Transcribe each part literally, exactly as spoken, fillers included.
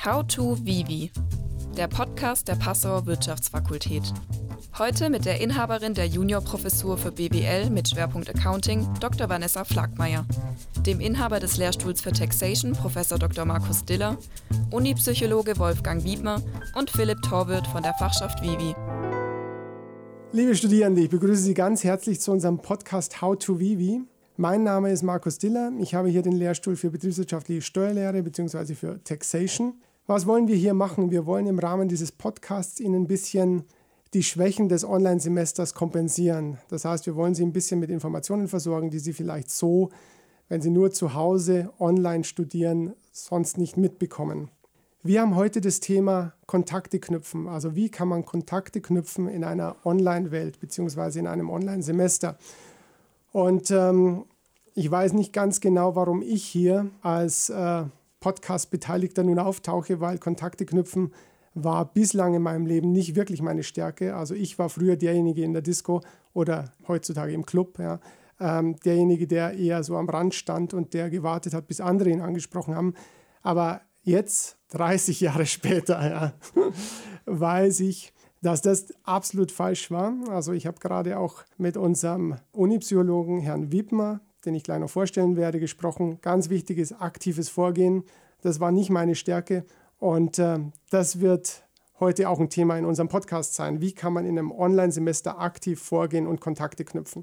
How to Vivi, der Podcast der Passauer Wirtschaftsfakultät. Heute mit der Inhaberin der Juniorprofessur für B W L mit Schwerpunkt Accounting, Doktor Vanessa Flagmeier, dem Inhaber des Lehrstuhls für Taxation, Professor Doktor Markus Diller, Unipsychologe Wolfgang Wiedmer und Philipp Torwirt von der Fachschaft Vivi. Liebe Studierende, ich begrüße Sie ganz herzlich zu unserem Podcast How to Vivi. Mein Name ist Markus Diller. Ich habe hier den Lehrstuhl für betriebswirtschaftliche Steuerlehre bzw. für Taxation. Was wollen wir hier machen? Wir wollen im Rahmen dieses Podcasts Ihnen ein bisschen die Schwächen des Online-Semesters kompensieren. Das heißt, wir wollen Sie ein bisschen mit Informationen versorgen, die Sie vielleicht so, wenn Sie nur zu Hause online studieren, sonst nicht mitbekommen. Wir haben heute das Thema Kontakte knüpfen. Also wie kann man Kontakte knüpfen in einer Online-Welt bzw. in einem Online-Semester? Und ähm, ich weiß nicht ganz genau, warum ich hier als äh, Podcast-Beteiligter nun auftauche, weil Kontakte knüpfen war bislang in meinem Leben nicht wirklich meine Stärke. Also ich war früher derjenige in der Disco oder heutzutage im Club, ja, ähm, derjenige, der eher so am Rand stand und der gewartet hat, bis andere ihn angesprochen haben. Aber jetzt, dreißig Jahre später, ja, weiß ich, dass das absolut falsch war. Also ich habe gerade auch mit unserem Unipsychologen Herrn Wiedmer, den ich gleich noch vorstellen werde, gesprochen. Ganz wichtiges, aktives Vorgehen. Das war nicht meine Stärke. Und äh, das wird heute auch ein Thema in unserem Podcast sein. Wie kann man in einem Online-Semester aktiv vorgehen und Kontakte knüpfen?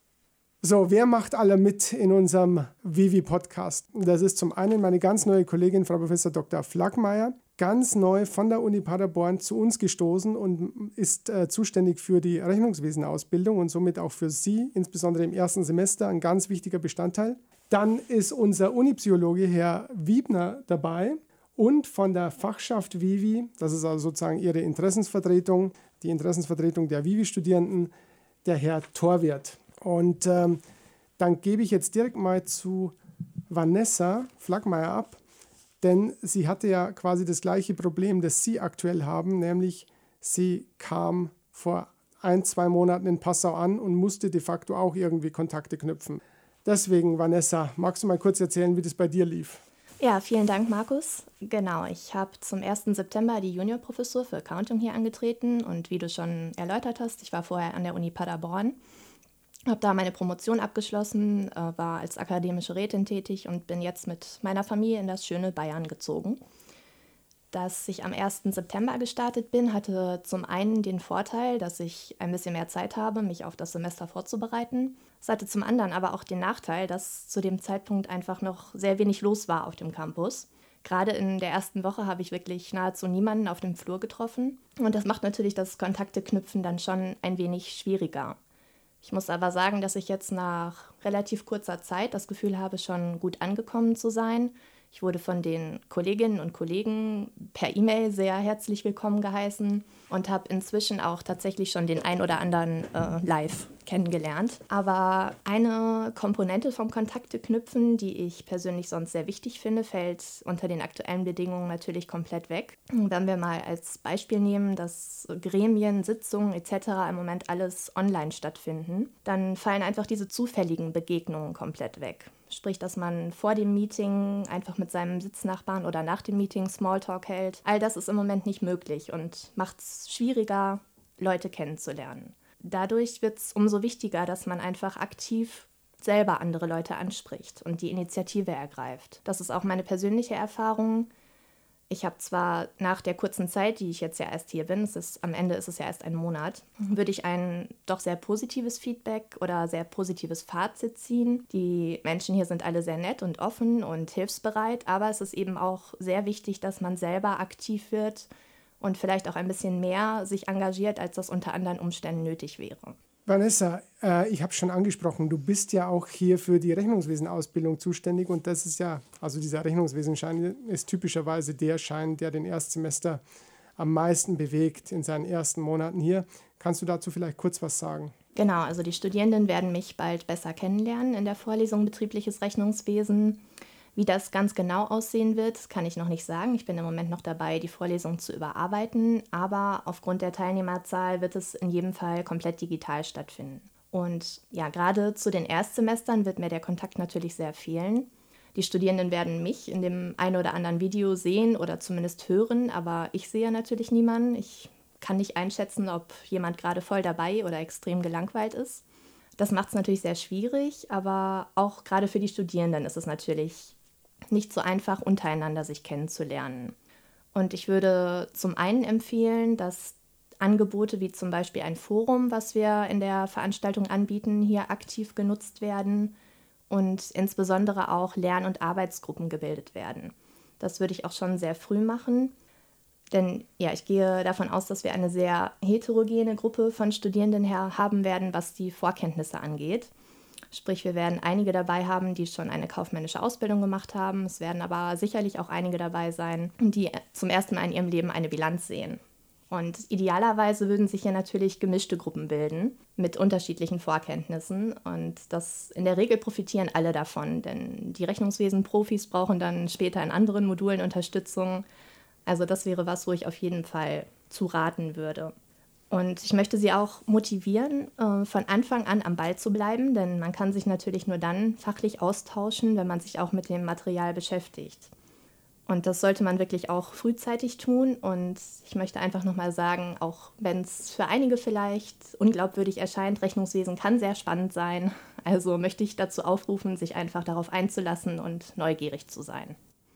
So, wer macht alle mit in unserem Vivi-Podcast? Das ist zum einen meine ganz neue Kollegin, Frau Professor Doktor Flagmeier, ganz neu von der Uni Paderborn zu uns gestoßen und ist äh, zuständig für die Rechnungswesenausbildung und somit auch für Sie, insbesondere im ersten Semester, ein ganz wichtiger Bestandteil. Dann ist unser Unipsychologe Herr Wiedmer dabei und von der Fachschaft Vivi, das ist also sozusagen Ihre Interessensvertretung, die Interessensvertretung der Vivi-Studierenden, der Herr Torwirt. Und ähm, dann gebe ich jetzt direkt mal zu Vanessa Flagmeier ab, denn sie hatte ja quasi das gleiche Problem, das Sie aktuell haben, nämlich sie kam vor ein, zwei Monaten in Passau an und musste de facto auch irgendwie Kontakte knüpfen. Deswegen, Vanessa, magst du mal kurz erzählen, wie das bei dir lief? Ja, vielen Dank, Markus. Genau, ich habe zum ersten September die Juniorprofessur für Accounting hier angetreten und wie du schon erläutert hast, ich war vorher an der Uni Paderborn. Habe da meine Promotion abgeschlossen, äh, war als akademische Rätin tätig und bin jetzt mit meiner Familie in das schöne Bayern gezogen. Dass ich am ersten September gestartet bin, hatte zum einen den Vorteil, dass ich ein bisschen mehr Zeit habe, mich auf das Semester vorzubereiten. Es hatte zum anderen aber auch den Nachteil, dass zu dem Zeitpunkt einfach noch sehr wenig los war auf dem Campus. Gerade in der ersten Woche habe ich wirklich nahezu niemanden auf dem Flur getroffen. Und das macht natürlich das Kontakteknüpfen dann schon ein wenig schwieriger. Ich muss aber sagen, dass ich jetzt nach relativ kurzer Zeit das Gefühl habe, schon gut angekommen zu sein. Ich wurde von den Kolleginnen und Kollegen per E-Mail sehr herzlich willkommen geheißen und habe inzwischen auch tatsächlich schon den ein oder anderen äh, live kennengelernt. Aber eine Komponente vom Kontakteknüpfen, die ich persönlich sonst sehr wichtig finde, fällt unter den aktuellen Bedingungen natürlich komplett weg. Wenn wir mal als Beispiel nehmen, dass Gremien, Sitzungen et cetera im Moment alles online stattfinden, dann fallen einfach diese zufälligen Begegnungen komplett weg. Sprich, dass man vor dem Meeting einfach mit seinem Sitznachbarn oder nach dem Meeting Smalltalk hält. All das ist im Moment nicht möglich und macht es schwieriger, Leute kennenzulernen. Dadurch wird es umso wichtiger, dass man einfach aktiv selber andere Leute anspricht und die Initiative ergreift. Das ist auch meine persönliche Erfahrung. Ich habe zwar nach der kurzen Zeit, die ich jetzt ja erst hier bin, es ist, am Ende ist es ja erst ein Monat, würde ich ein doch sehr positives Feedback oder sehr positives Fazit ziehen. Die Menschen hier sind alle sehr nett und offen und hilfsbereit, aber es ist eben auch sehr wichtig, dass man selber aktiv wird und vielleicht auch ein bisschen mehr sich engagiert, als das unter anderen Umständen nötig wäre. Vanessa, äh, ich habe schon angesprochen, du bist ja auch hier für die Rechnungswesenausbildung zuständig und das ist ja, also dieser Rechnungswesenschein ist typischerweise der Schein, der den Erstsemester am meisten bewegt in seinen ersten Monaten hier. Kannst du dazu vielleicht kurz was sagen? Genau, also die Studierenden werden mich bald besser kennenlernen in der Vorlesung Betriebliches Rechnungswesen. Wie das ganz genau aussehen wird, kann ich noch nicht sagen. Ich bin im Moment noch dabei, die Vorlesung zu überarbeiten, aber aufgrund der Teilnehmerzahl wird es in jedem Fall komplett digital stattfinden. Und ja, gerade zu den Erstsemestern wird mir der Kontakt natürlich sehr fehlen. Die Studierenden werden mich in dem einen oder anderen Video sehen oder zumindest hören, aber ich sehe natürlich niemanden. Ich kann nicht einschätzen, ob jemand gerade voll dabei oder extrem gelangweilt ist. Das macht es natürlich sehr schwierig, aber auch gerade für die Studierenden ist es natürlich nicht so einfach, untereinander sich kennenzulernen. Und ich würde zum einen empfehlen, dass Angebote wie zum Beispiel ein Forum, was wir in der Veranstaltung anbieten, hier aktiv genutzt werden und insbesondere auch Lern- und Arbeitsgruppen gebildet werden. Das würde ich auch schon sehr früh machen, denn ja, ich gehe davon aus, dass wir eine sehr heterogene Gruppe von Studierenden her haben werden, was die Vorkenntnisse angeht. Sprich, wir werden einige dabei haben, die schon eine kaufmännische Ausbildung gemacht haben. Es werden aber sicherlich auch einige dabei sein, die zum ersten Mal in ihrem Leben eine Bilanz sehen. Und idealerweise würden sich hier natürlich gemischte Gruppen bilden mit unterschiedlichen Vorkenntnissen. Und das in der Regel profitieren alle davon, denn die Rechnungswesen-Profis brauchen dann später in anderen Modulen Unterstützung. Also das wäre was, wo ich auf jeden Fall zu raten würde. Und ich möchte Sie auch motivieren, von Anfang an am Ball zu bleiben, denn man kann sich natürlich nur dann fachlich austauschen, wenn man sich auch mit dem Material beschäftigt. Und das sollte man wirklich auch frühzeitig tun. Und ich möchte einfach nochmal sagen, auch wenn es für einige vielleicht unglaubwürdig erscheint, Rechnungswesen kann sehr spannend sein. Also möchte ich dazu aufrufen, sich einfach darauf einzulassen und neugierig zu sein.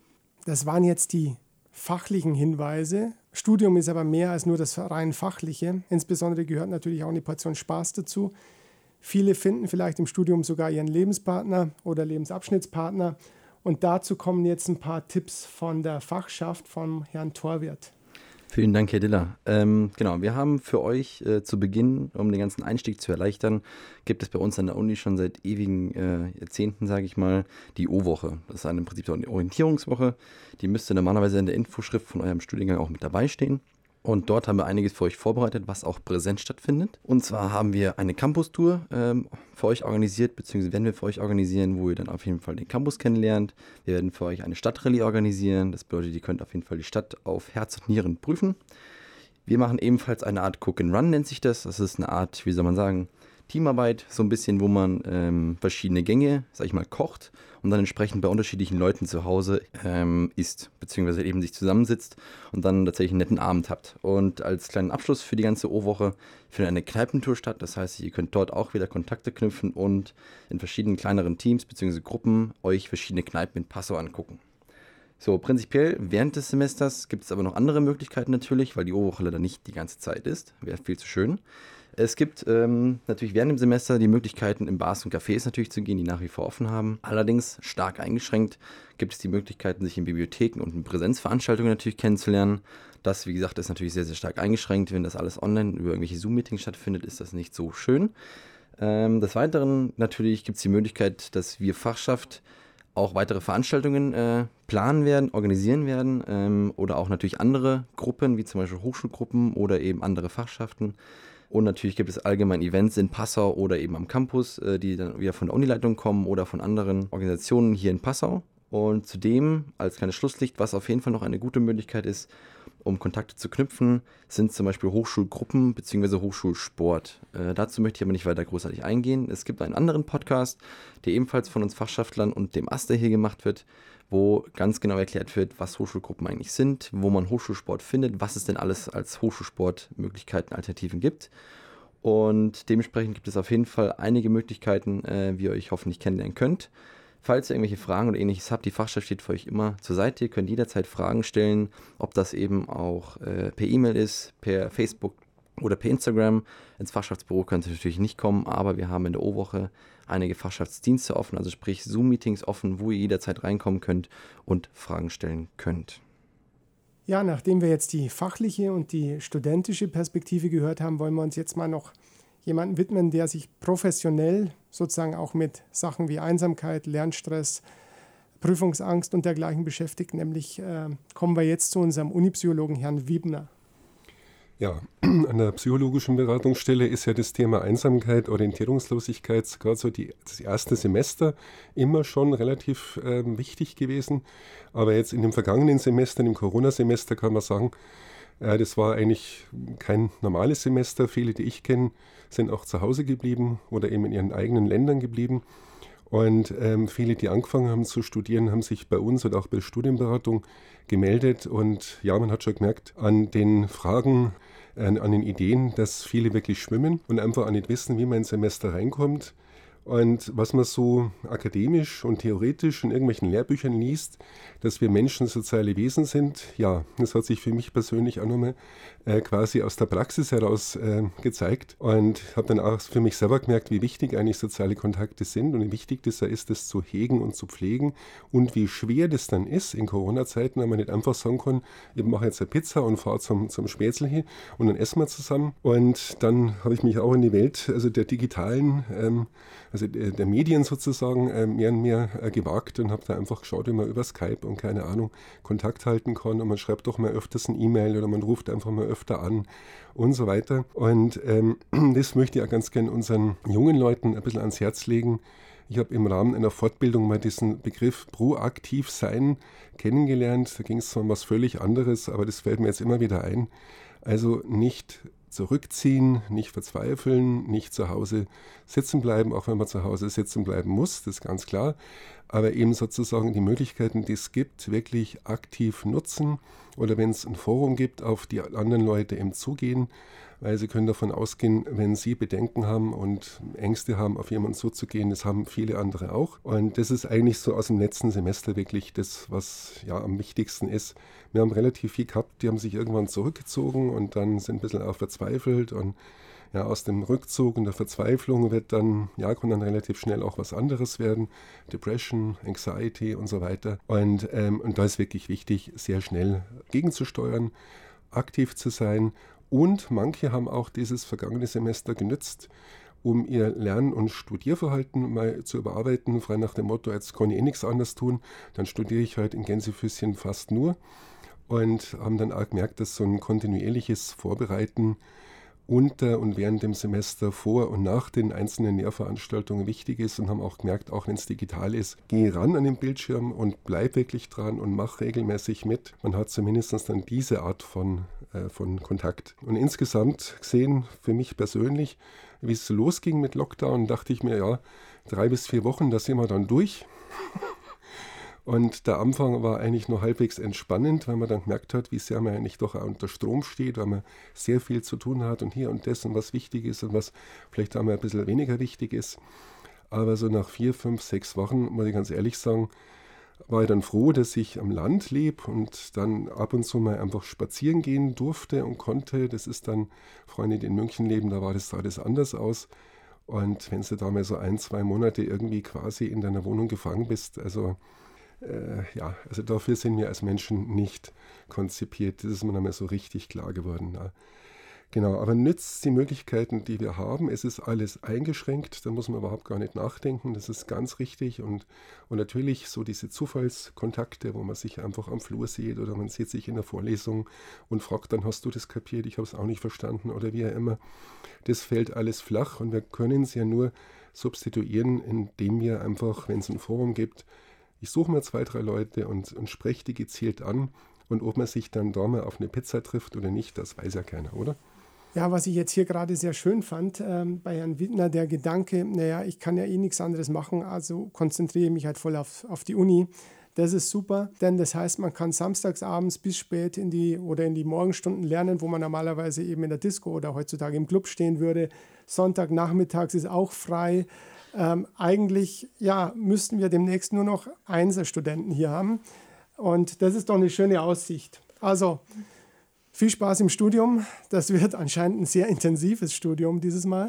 Das waren jetzt die fachlichen Hinweise. Studium ist aber mehr als nur das rein Fachliche. Insbesondere gehört natürlich auch eine Portion Spaß dazu. Viele finden vielleicht im Studium sogar ihren Lebenspartner oder Lebensabschnittspartner. Und dazu kommen jetzt ein paar Tipps von der Fachschaft von Herrn Torwirt. Vielen Dank, Herr Diller. Ähm, genau, wir haben für euch äh, zu Beginn, um den ganzen Einstieg zu erleichtern, gibt es bei uns an der Uni schon seit ewigen äh, Jahrzehnten, sage ich mal, die O-Woche. Das ist eine, im Prinzip so eine Orientierungswoche. Die müsste normalerweise in der Infoschrift von eurem Studiengang auch mit dabei stehen. Und dort haben wir einiges für euch vorbereitet, was auch präsent stattfindet. Und zwar haben wir eine Campus-Tour ähm, für euch organisiert, beziehungsweise werden wir für euch organisieren, wo ihr dann auf jeden Fall den Campus kennenlernt. Wir werden für euch eine Stadtrallye organisieren. Das bedeutet, ihr könnt auf jeden Fall die Stadt auf Herz und Nieren prüfen. Wir machen ebenfalls eine Art Cook-and-Run, nennt sich das. Das ist eine Art, wie soll man sagen, Teamarbeit, so ein bisschen, wo man ähm, verschiedene Gänge, sag ich mal, kocht und dann entsprechend bei unterschiedlichen Leuten zu Hause ähm, isst, beziehungsweise eben sich zusammensitzt und dann tatsächlich einen netten Abend habt. Und als kleinen Abschluss für die ganze O-Woche findet eine Kneipentour statt. Das heißt, ihr könnt dort auch wieder Kontakte knüpfen und in verschiedenen kleineren Teams bzw. Gruppen euch verschiedene Kneipen in Passau angucken. So, prinzipiell während des Semesters gibt es aber noch andere Möglichkeiten natürlich, weil die O-Woche leider nicht die ganze Zeit ist. Wäre viel zu schön. Es gibt ähm, natürlich während dem Semester die Möglichkeiten, in Bars und Cafés natürlich zu gehen, die nach wie vor offen haben. Allerdings stark eingeschränkt gibt es die Möglichkeiten, sich in Bibliotheken und in Präsenzveranstaltungen natürlich kennenzulernen. Das, wie gesagt, ist natürlich sehr, sehr stark eingeschränkt. Wenn das alles online über irgendwelche Zoom-Meetings stattfindet, ist das nicht so schön. Ähm, des Weiteren natürlich gibt es die Möglichkeit, dass wir Fachschaft auch weitere Veranstaltungen äh, planen werden, organisieren werden ähm, oder auch natürlich andere Gruppen, wie zum Beispiel Hochschulgruppen oder eben andere Fachschaften. Und natürlich gibt es allgemein Events in Passau oder eben am Campus, äh, die dann wieder von der Unileitung kommen oder von anderen Organisationen hier in Passau. Und zudem, als kleines Schlusslicht, was auf jeden Fall noch eine gute Möglichkeit ist, um Kontakte zu knüpfen, sind zum Beispiel Hochschulgruppen bzw. Hochschulsport. Äh, dazu möchte ich aber nicht weiter großartig eingehen. Es gibt einen anderen Podcast, der ebenfalls von uns Fachschaftlern und dem Aster hier gemacht wird, wo ganz genau erklärt wird, was Hochschulgruppen eigentlich sind, wo man Hochschulsport findet, was es denn alles als Hochschulsportmöglichkeiten, Alternativen gibt. Und dementsprechend gibt es auf jeden Fall einige Möglichkeiten, äh, wie ihr euch hoffentlich kennenlernen könnt. Falls ihr irgendwelche Fragen oder ähnliches habt, die Fachschaft steht für euch immer zur Seite. Ihr könnt jederzeit Fragen stellen, ob das eben auch äh, per E-Mail ist, per Facebook oder per Instagram. Ins Fachschaftsbüro könnt ihr natürlich nicht kommen, aber wir haben in der O-Woche einige Fachschaftsdienste offen, also sprich Zoom-Meetings offen, wo ihr jederzeit reinkommen könnt und Fragen stellen könnt. Ja, nachdem wir jetzt die fachliche und die studentische Perspektive gehört haben, wollen wir uns jetzt mal noch jemanden widmen, der sich professionell sozusagen auch mit Sachen wie Einsamkeit, Lernstress, Prüfungsangst und dergleichen beschäftigt. Nämlich äh, kommen wir jetzt zu unserem Unipsychologen Herrn Wiebner. Ja, an der psychologischen Beratungsstelle ist ja das Thema Einsamkeit, Orientierungslosigkeit, gerade so die, das erste Semester immer schon relativ äh, wichtig gewesen. Aber jetzt in dem vergangenen Semester, im Corona-Semester kann man sagen, äh, das war eigentlich kein normales Semester. Viele, die ich kenne, sind auch zu Hause geblieben oder eben in ihren eigenen Ländern geblieben. Und ähm, viele, die angefangen haben zu studieren, haben sich bei uns oder auch bei der Studienberatung gemeldet. Und ja, man hat schon gemerkt an den Fragen, äh, an den Ideen, dass viele wirklich schwimmen und einfach auch nicht wissen, wie man ins Semester reinkommt. Und was man so akademisch und theoretisch in irgendwelchen Lehrbüchern liest, dass wir Menschen soziale Wesen sind, ja, das hat sich für mich persönlich auch nochmal äh, quasi aus der Praxis heraus äh, gezeigt. Und habe dann auch für mich selber gemerkt, wie wichtig eigentlich soziale Kontakte sind und wie wichtig das da ist, das zu hegen und zu pflegen. Und wie schwer das dann ist in Corona-Zeiten, wenn man nicht einfach sagen kann, ich mache jetzt eine Pizza und fahre zum, zum Spätzle hin und dann essen wir zusammen. Und dann habe ich mich auch in die Welt, also der digitalen, ähm, also der Medien sozusagen, äh, mehr und mehr äh, gewagt und habe da einfach geschaut, wie man über Skype und keine Ahnung Kontakt halten kann und man schreibt doch mal öfters ein E-Mail oder man ruft einfach mal öfter an und so weiter. Und ähm, das möchte ich auch ganz gerne unseren jungen Leuten ein bisschen ans Herz legen. Ich habe im Rahmen einer Fortbildung mal diesen Begriff proaktiv sein kennengelernt. Da ging es zwar um was völlig anderes, aber das fällt mir jetzt immer wieder ein. Also nicht zurückziehen, nicht verzweifeln, nicht zu Hause sitzen bleiben, auch wenn man zu Hause sitzen bleiben muss, das ist ganz klar. Aber eben sozusagen die Möglichkeiten, die es gibt, wirklich aktiv nutzen oder wenn es ein Forum gibt, auf die anderen Leute eben zugehen, weil sie können davon ausgehen, wenn sie Bedenken haben und Ängste haben, auf jemanden zuzugehen, das haben viele andere auch. Und das ist eigentlich so aus dem letzten Semester wirklich das, was ja am wichtigsten ist. Wir haben relativ viel gehabt, die haben sich irgendwann zurückgezogen und dann sind ein bisschen auch verzweifelt und ja, aus dem Rückzug und der Verzweiflung wird dann, ja, kann dann relativ schnell auch was anderes werden. Depression, Anxiety und so weiter. Und, ähm, und da ist wirklich wichtig, sehr schnell gegenzusteuern, aktiv zu sein. Und manche haben auch dieses vergangene Semester genützt, um ihr Lern- und Studierverhalten mal zu überarbeiten, frei nach dem Motto, jetzt kann ich eh nichts anderes tun, dann studiere ich halt in Gänsefüßchen fast nur. Und haben dann auch gemerkt, dass so ein kontinuierliches Vorbereiten unter und während dem Semester vor und nach den einzelnen Lehrveranstaltungen wichtig ist und haben auch gemerkt, auch wenn es digital ist, geh ran an den Bildschirm und bleib wirklich dran und mach regelmäßig mit. Man hat zumindest dann diese Art von, äh, von Kontakt. Und insgesamt gesehen, für mich persönlich, wie es losging mit Lockdown, dachte ich mir, ja, drei bis vier Wochen, da sind wir dann durch. Und der Anfang war eigentlich noch halbwegs entspannend, weil man dann gemerkt hat, wie sehr man eigentlich doch auch unter Strom steht, weil man sehr viel zu tun hat und hier und das und was wichtig ist und was vielleicht auch mal ein bisschen weniger wichtig ist. Aber so nach vier, fünf, sechs Wochen, muss ich ganz ehrlich sagen, war ich dann froh, dass ich am Land lebe und dann ab und zu mal einfach spazieren gehen durfte und konnte. Das ist dann, Freunde, die in München leben, da war das alles anders aus. Und wenn du da mal so ein, zwei Monate irgendwie quasi in deiner Wohnung gefangen bist, also Äh, ja, also dafür sind wir als Menschen nicht konzipiert. Das ist mir einmal so richtig klar geworden. Ja. Genau, aber nützt die Möglichkeiten, die wir haben. Es ist alles eingeschränkt, da muss man überhaupt gar nicht nachdenken. Das ist ganz richtig. Und, und natürlich so diese Zufallskontakte, wo man sich einfach am Flur sieht oder man sieht sich in der Vorlesung und fragt dann, hast du das kapiert? Ich habe es auch nicht verstanden oder wie auch immer. Das fällt alles flach und wir können es ja nur substituieren, indem wir einfach, wenn es ein Forum gibt, ich suche mal zwei, drei Leute und, und spreche die gezielt an. Und ob man sich dann da mal auf eine Pizza trifft oder nicht, das weiß ja keiner, oder? Ja, was ich jetzt hier gerade sehr schön fand, ähm, bei Herrn Wittner, der Gedanke, naja, ich kann ja eh nichts anderes machen, also konzentriere ich mich halt voll auf, auf die Uni. Das ist super, denn das heißt, man kann samstagsabends bis spät in die oder in die Morgenstunden lernen, wo man normalerweise eben in der Disco oder heutzutage im Club stehen würde. Sonntagnachmittags ist auch frei. Ähm, eigentlich ja, müssten wir demnächst nur noch Einserstudenten hier haben. Und das ist doch eine schöne Aussicht. Also viel Spaß im Studium. Das wird anscheinend ein sehr intensives Studium dieses Mal.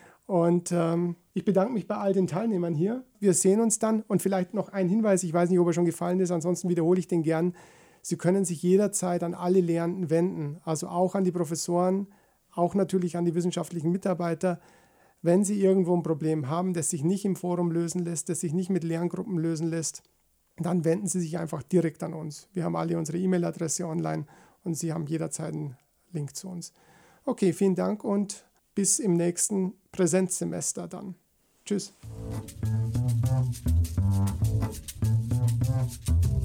Und ähm, ich bedanke mich bei all den Teilnehmern hier. Wir sehen uns dann. Und vielleicht noch ein Hinweis, ich weiß nicht, ob er schon gefallen ist, ansonsten wiederhole ich den gern. Sie können sich jederzeit an alle Lehrenden wenden, also auch an die Professoren, auch natürlich an die wissenschaftlichen Mitarbeiter. Wenn Sie irgendwo ein Problem haben, das sich nicht im Forum lösen lässt, das sich nicht mit Lerngruppen lösen lässt, dann wenden Sie sich einfach direkt an uns. Wir haben alle unsere E-Mail-Adresse online und Sie haben jederzeit einen Link zu uns. Okay, vielen Dank und bis im nächsten Präsenzsemester dann. Tschüss.